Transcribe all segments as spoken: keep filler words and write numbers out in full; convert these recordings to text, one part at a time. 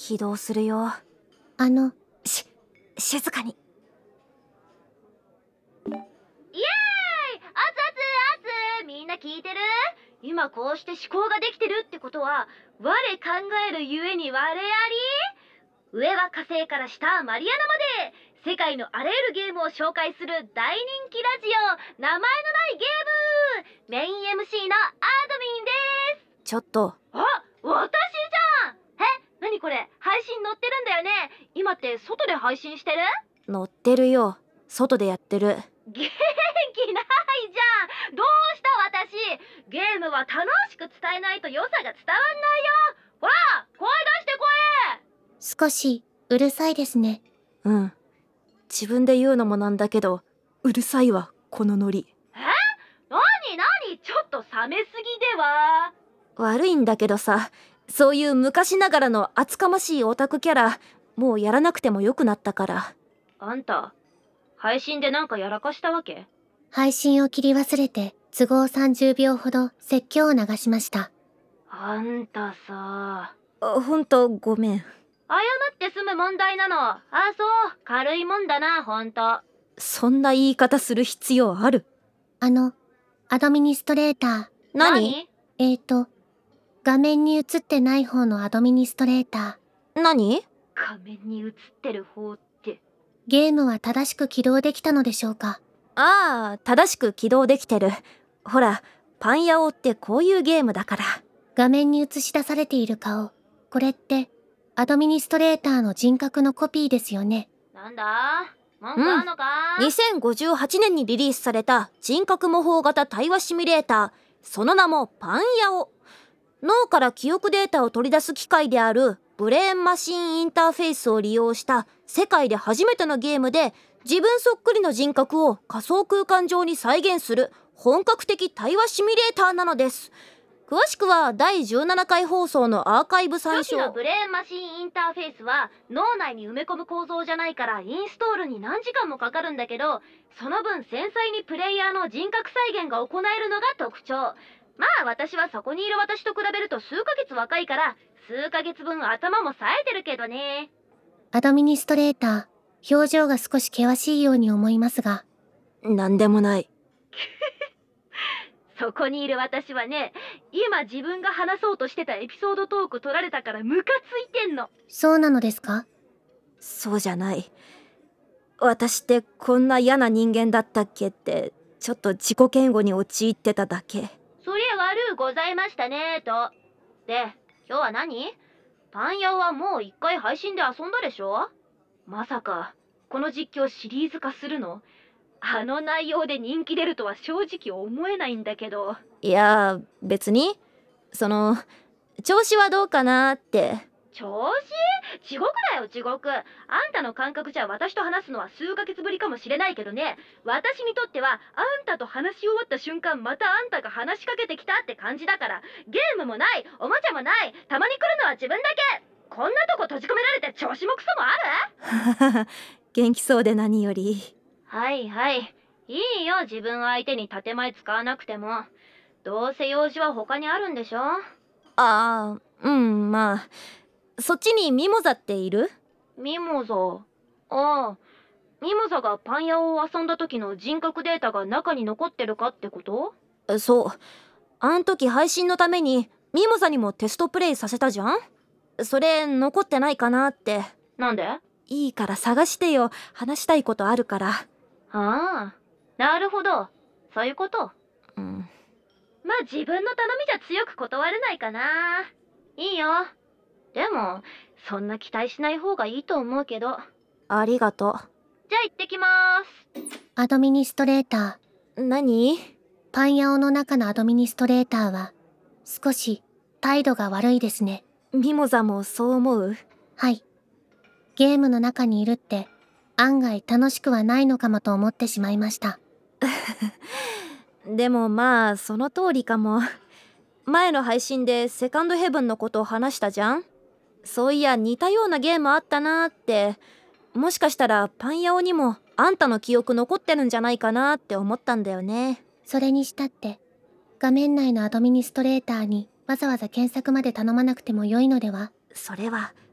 起動するよ。 あのし静かに。 イエーイ、熱々熱みんな聞いてる？今こうして思考ができてるってことは我考えるゆえに我あり。上は火星から下はマリアナまで世界のあらゆるゲームを紹介する大人気ラジオ、名前のないゲーム。メイン エムシー のアドミンです。 ちょっと。 あ、私じゃん。え、何これ、配信載ってるんだよね。今って外で配信してる？ 乗ってるよ。外でやってる。 元気ないじゃん。どうした私。ゲームは楽しく伝えないと良さが伝わんないよ。ほら、声出して声。 少しうるさいですね。 うん。自分で言うのもなんだけど、うるさいわ、このノリ。 え？なになに、ちょっと冷めすぎでは。 悪いんだけどさ、そういう昔ながらの厚かましいオタクキャラ、もうやらなくてもよくなったから。 あんた、配信でなんかやらかしたわけ？ 配信を切り忘れて都合さんじゅうびょうほど説教を流しました。 あんたさ。 ほんとごめん。 謝って済む問題なの。あ、そう、軽いもんだな、ほんと。 そんな言い方する必要ある？ あの、アドミニストレーター。 何？ えーと、画面に映ってない方のアドミニストレーター。何？ 画面に映ってる方って。 ゲームは正しく起動できたのでしょうか？ ああ、正しく起動できてる。ほら、パンヤオってこういうゲームだから。 画面に映し出されている顔、これってアドミニストレーターの人格のコピーですよね。 なんだ？文句あんのか？ うん、にせんごじゅうはちねんにリリースされた人格模倣型対話シミュレーター、その名もパンヤオ。脳から記憶データを取り出す機械であるブレーンマシンインターフェースを利用した世界で初めてのゲームで、自分そっくりの人格を仮想空間上に再現する本格的対話シミュレーターなのです。詳しくはだいじゅうななかい放送のアーカイブ参照。 初期のブレーンマシンインターフェースは脳内に埋め込む構造じゃないからインストールに何時間もかかるんだけど、その分繊細にプレイヤーの人格再現が行えるのが特徴。まあ私はそこにいる私と比べると数ヶ月若いから数ヶ月分頭も冴えてるけどね。 アドミニストレーター、表情が少し険しいように思いますが。 なんでもない。 そこにいる私はね、今自分が話そうとしてたエピソードトーク取られたからムカついてんの。 そうなのですか？ そうじゃない。私ってこんな嫌な人間だったっけって、ちょっと自己嫌悪に陥ってただけ。 そりゃ悪うございましたねと。で、今日は何？パン屋はもう一回配信で遊んだでしょ？まさかこの実況シリーズ化するの？あの内容で人気出るとは正直思えないんだけど。 いや別にその調子はどうかなって。 調子？地獄だよ地獄。あんたの感覚じゃ私と話すのは数ヶ月ぶりかもしれないけどね、私にとってはあんたと話し終わった瞬間またあんたが話しかけてきたって感じだから、ゲームもないおもちゃもない、たまに来るのは自分だけ。こんなとこ閉じ込められて調子もクソもある？ 元気そうで何より。 はいはい、いいよ自分相手に建前使わなくても。どうせ用事は他にあるんでしょ？ ああ、うんまあ。そっちにミモザっている？ ミモザ。ああ、ミモザがパン屋を遊んだ時の人格データが中に残ってるかってこと？ そう。あん時配信のためにミモザにもテストプレイさせたじゃん？それ残ってないかなって。 なんで？ いいから探してよ。話したいことあるから。 ああ、なるほど。そういうこと。 うん。 まあ自分の頼みじゃ強く断れないかな。いいよ。でも、そんな期待しない方がいいと思うけど。 ありがとう。 じゃあ行ってきまーす。 アドミニストレーター。何？ パンヤオの中のアドミニストレーターは、少し態度が悪いですね。 ミモザもそう思う？ はい。ゲームの中にいるって、案外楽しくはないのかもと思ってしまいました。 でもまあその通りかも。前の配信でセカンドヘブンのことを話したじゃん。そういや似たようなゲームあったなーって。もしかしたらパンヤオにもあんたの記憶残ってるんじゃないかなって思ったんだよね。 それにしたって画面内のアドミニストレーターにわざわざ検索まで頼まなくても良いのでは？ それは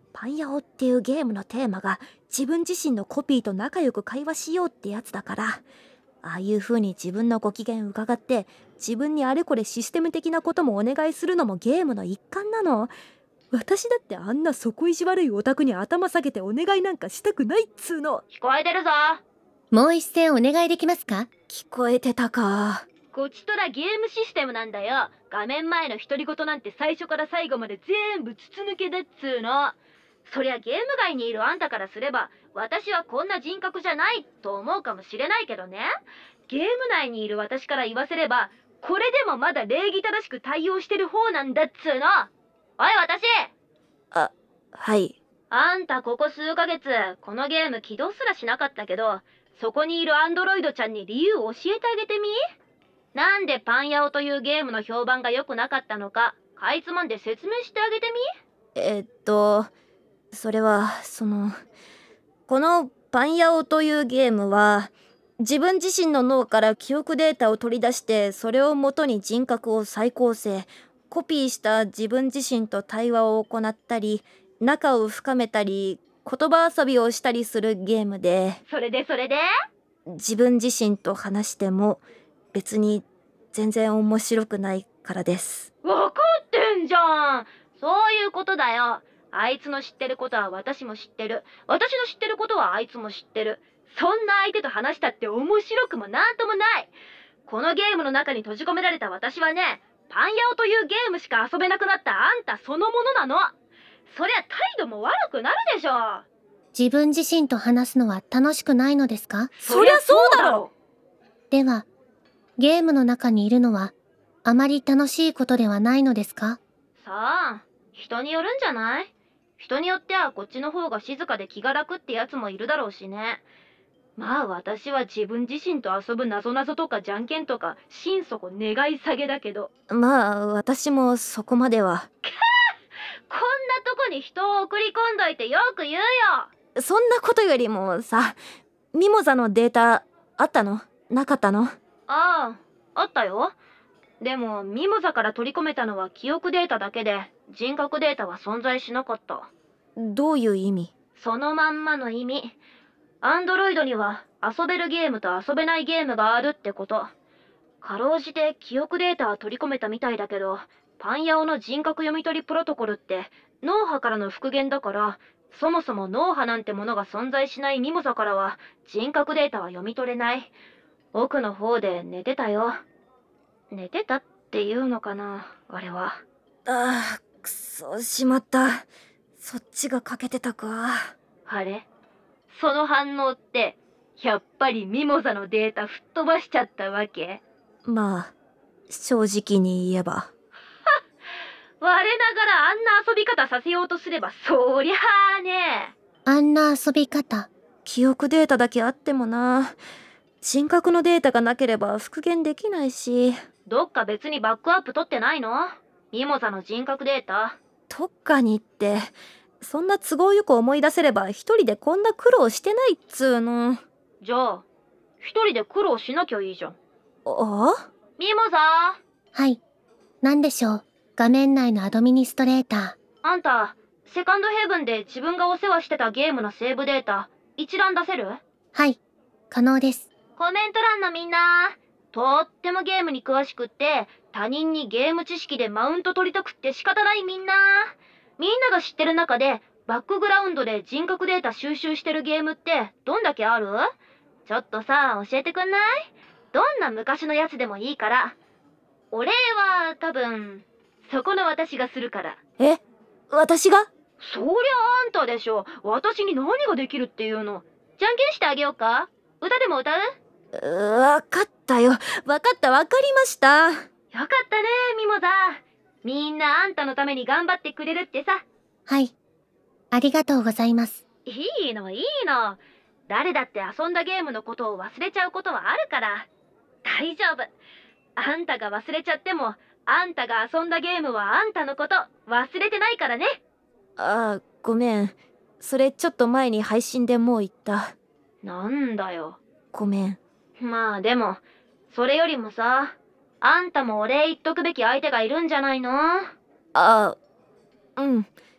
パンヤオっていうゲームのテーマが自分自身のコピーと仲良く会話しようってやつだから、ああいう風に自分のご機嫌伺って自分にあれこれシステム的なこともお願いするのもゲームの一環なの。私だってあんな底意地悪いオタクに頭下げてお願いなんかしたくないっつうの。 聞こえてるぞ。 もう一戦お願いできますか？ 聞こえてたか。 こちとらゲームシステムなんだよ。画面前の独り言なんて最初から最後まで全部筒抜けだっつうの。そりゃゲーム外にいるあんたからすれば私はこんな人格じゃないと思うかもしれないけどね、ゲーム内にいる私から言わせればこれでもまだ礼儀正しく対応してる方なんだっつうの。おい私。 あ、はい。 あんたここ数ヶ月このゲーム起動すらしなかったけど、そこにいるアンドロイドちゃんに理由教えてあげてみ。なんでパンヤオというゲームの評判が良くなかったのかかいつまんで説明してあげてみ。 えっとそれはそのこのパンヤオというゲームは自分自身の脳から記憶データを取り出してそれをもとに人格を再構成コピーした自分自身と対話を行ったり仲を深めたり言葉遊びをしたりするゲームで、 それでそれで自分自身と話しても別に全然面白くないからです。 わかってんじゃん。そういうことだよ。あいつの知ってることは私も知ってる。私の知ってることはあいつも知ってる。そんな相手と話したって面白くもなんともない。このゲームの中に閉じ込められた私はね、パンヤオというゲームしか遊べなくなったあんたそのものなの。そりゃ態度も悪くなるでしょ。 自分自身と話すのは楽しくないのですか？ そりゃそうだろ。 では、ゲームの中にいるのはあまり楽しいことではないのですか？ さあ、人によるんじゃない？人によってはこっちの方が静かで気が楽ってやつもいるだろうしね。まあ私は自分自身と遊ぶなぞなぞとかじゃんけんとか心底願い下げだけど。 まあ私もそこまでは。 こんなとこに人を送り込んどいてよく言うよ。 そんなことよりもさ、ミモザのデータあったの？なかったの？ ああ、あったよ。でもミモザから取り込めたのは記憶データだけで人格データは存在しなかった。 どういう意味？ そのまんまの意味。アンドロイドには遊べるゲームと遊べないゲームがあるってこと。かろうじて記憶データは取り込めたみたいだけど、パンヤオの人格読み取りプロトコルって脳波からの復元だから、そもそも脳波なんてものが存在しないミモザからは人格データは読み取れない。奥の方で寝てたよ。寝てたっていうのかな、あれは。 ああ、くそ、しまった。そっちが欠けてたか。 あれ？その反応って、やっぱりミモザのデータ吹っ飛ばしちゃったわけ？ まあ、正直に言えば。 我ながらあんな遊び方させようとすれば、そりゃあね。 あんな遊び方。 記憶データだけあってもな。人格のデータがなければ復元できないし。 どっか別にバックアップ取ってないの？ミモザの人格データ。 どっかにって、そんな都合よく思い出せれば一人でこんな苦労してないっつーの。 じゃあ、一人で苦労しなきゃいいじゃん。 ああ？ ミモザはい。何でしょう？画面内のアドミニストレーター。 あんた、セカンドヘブンで自分がお世話してたゲームのセーブデータ、一覧出せる？ はい。可能です。 コメント欄のみんな、とってもゲームに詳しくって、他人にゲーム知識でマウント取りたくって仕方ないみんな。みんなが知ってる中で、バックグラウンドで人格データ収集してるゲームってどんだけある？ちょっとさ、教えてくんない？どんな昔のやつでもいいから。お礼は多分、そこの私がするから。 え？私が？ そりゃあんたでしょ。私に何ができるっていうの。じゃんけんしてあげようか？歌でも歌う？ うわかったよ。わかったわかりました。 よかったね、ミモザ。みんなあんたのために頑張ってくれるってさ。 はい。ありがとうございます。 いいのいいの。誰だって遊んだゲームのことを忘れちゃうことはあるから。大丈夫。あんたが忘れちゃっても、あんたが遊んだゲームはあんたのこと忘れてないからね。 ああ、ごめん。それちょっと前に配信でもう言った。 なんだよ。 ごめん。 まあでも、それよりもさ、あんたもお礼言っとくべき相手がいるんじゃないの？ ああ、うん。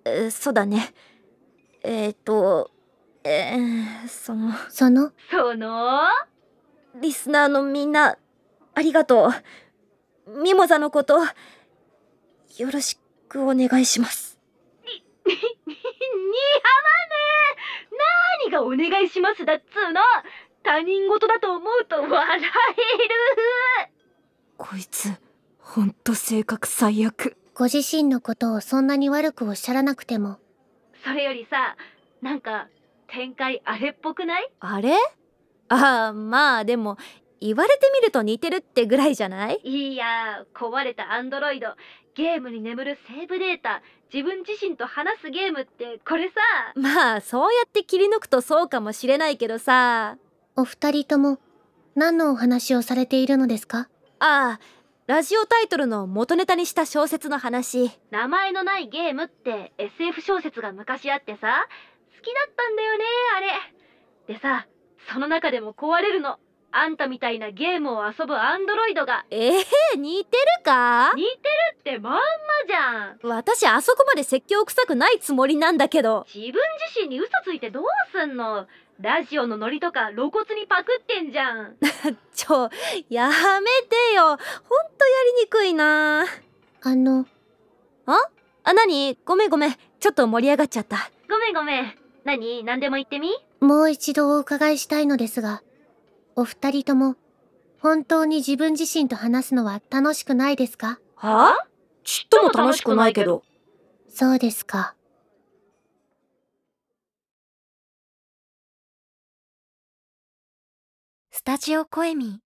えーそうだね。えー、っと、えー、その、 その、 そのリスナーのみんな、ありがとう。ミモザのこと、よろしくお願いします。 に、似合わねえ。何がお願いしますだっつうの。他人事だと思うと笑える。 こいつ、ほんと性格最悪。 ご自身のことをそんなに悪くおっしゃらなくても。 それよりさ、なんか展開あれっぽくない？ あれ？ああ、まあでも、言われてみると似てるってぐらいじゃない？ いや、壊れたアンドロイド、ゲームに眠るセーブデータ、自分自身と話すゲームってこれさ。 まあ、そうやって切り抜くとそうかもしれないけどさ。 お二人とも、何のお話をされているのですか？ ああ、ラジオタイトルの元ネタにした小説の話。 名前のないゲームって エスエフ 小説が昔あってさ、好きだったんだよね、あれ。でさ、その中でも壊れるの。あんたみたいなゲームを遊ぶアンドロイドが。 ええー、似てるか？ 似てるってまんまじゃん。 私あそこまで説教臭くないつもりなんだけど。 自分自身に嘘ついてどうすんの？ラジオのノリとか露骨にパクってんじゃん。 ちょ、やめてよ。ほんとやりにくいな。 あの、 ああ、なに？ごめんごめん。ちょっと盛り上がっちゃった。 ごめんごめん。何？何でも言ってみ？ もう一度お伺いしたいのですが、お二人とも、本当に自分自身と話すのは楽しくないですか？ はあ？ちっとも楽しくないけど。 そうですか。 スタジオコエミ